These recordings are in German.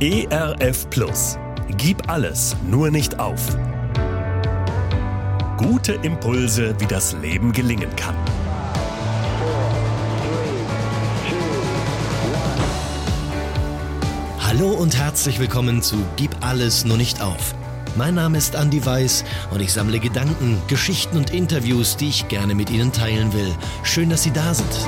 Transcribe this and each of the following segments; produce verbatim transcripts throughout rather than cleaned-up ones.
E R F Plus. Gib alles, nur nicht auf. Gute Impulse, wie das Leben gelingen kann. Hallo und herzlich willkommen zu Gib alles, nur nicht auf. Mein Name ist Andi Weiß und ich sammle Gedanken, Geschichten und Interviews, die ich gerne mit Ihnen teilen will. Schön, dass Sie da sind.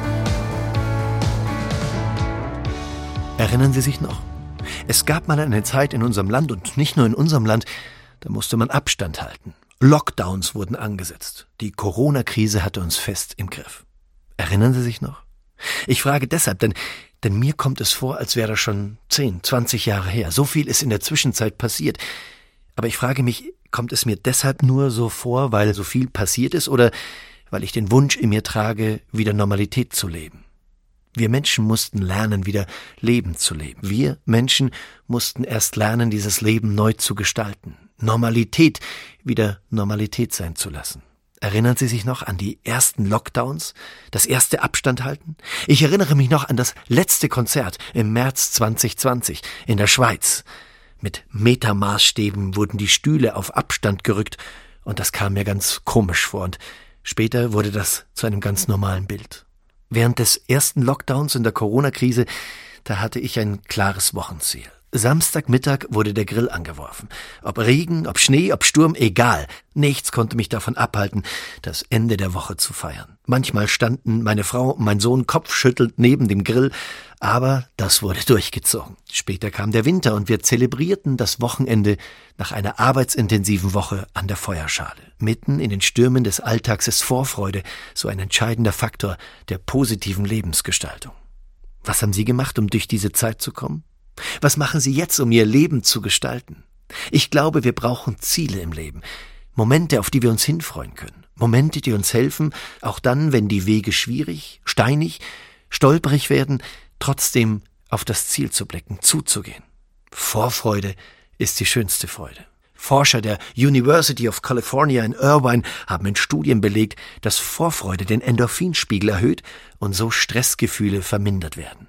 Erinnern Sie sich noch? Es gab mal eine Zeit in unserem Land und nicht nur in unserem Land, da musste man Abstand halten. Lockdowns wurden angesetzt. Die Corona-Krise hatte uns fest im Griff. Erinnern Sie sich noch? Ich frage deshalb, denn, denn mir kommt es vor, als wäre das schon zehn, zwanzig Jahre her. So viel ist in der Zwischenzeit passiert. Aber ich frage mich, kommt es mir deshalb nur so vor, weil so viel passiert ist oder weil ich den Wunsch in mir trage, wieder Normalität zu leben? Wir Menschen mussten lernen, wieder Leben zu leben. Wir Menschen mussten erst lernen, dieses Leben neu zu gestalten. Normalität wieder Normalität sein zu lassen. Erinnern Sie sich noch an die ersten Lockdowns? Das erste Abstand halten? Ich erinnere mich noch an das letzte Konzert im März zwanzig zwanzig in der Schweiz. Mit Metermaßstäben wurden die Stühle auf Abstand gerückt und das kam mir ganz komisch vor und später wurde das zu einem ganz normalen Bild. Während des ersten Lockdowns in der Corona-Krise, da hatte ich ein klares Wochenziel. Samstagmittag wurde der Grill angeworfen. Ob Regen, ob Schnee, ob Sturm, egal. Nichts konnte mich davon abhalten, das Ende der Woche zu feiern. Manchmal standen meine Frau und mein Sohn kopfschüttelnd neben dem Grill, aber das wurde durchgezogen. Später kam der Winter und wir zelebrierten das Wochenende nach einer arbeitsintensiven Woche an der Feuerschale. Mitten in den Stürmen des Alltags ist Vorfreude so ein entscheidender Faktor der positiven Lebensgestaltung. Was haben Sie gemacht, um durch diese Zeit zu kommen? Was machen Sie jetzt, um Ihr Leben zu gestalten? Ich glaube, wir brauchen Ziele im Leben. Momente, auf die wir uns hinfreuen können. Momente, die uns helfen, auch dann, wenn die Wege schwierig, steinig, stolperig werden, trotzdem auf das Ziel zu blicken, zuzugehen. Vorfreude ist die schönste Freude. Forscher der University of California in Irvine haben in Studien belegt, dass Vorfreude den Endorphinspiegel erhöht und so Stressgefühle vermindert werden.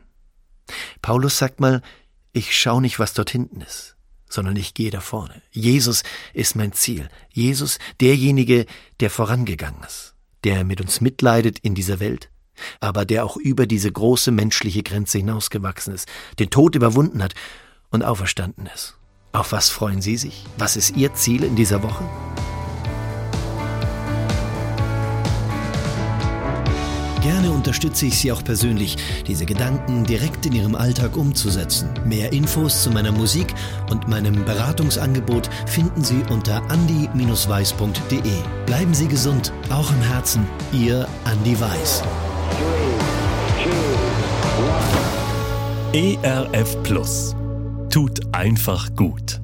Paulus sagt mal, ich schaue nicht, was dort hinten ist, sondern ich gehe da vorne. Jesus ist mein Ziel. Jesus, derjenige, der vorangegangen ist, der mit uns mitleidet in dieser Welt, aber der auch über diese große menschliche Grenze hinausgewachsen ist, den Tod überwunden hat und auferstanden ist. Auf was freuen Sie sich? Was ist Ihr Ziel in dieser Woche? Gerne unterstütze ich Sie auch persönlich, diese Gedanken direkt in Ihrem Alltag umzusetzen. Mehr Infos zu meiner Musik und meinem Beratungsangebot finden Sie unter andi Bindestrich weiß punkt de. Bleiben Sie gesund, auch im Herzen. Ihr Andi Weiß. E R F Plus. Tut einfach gut.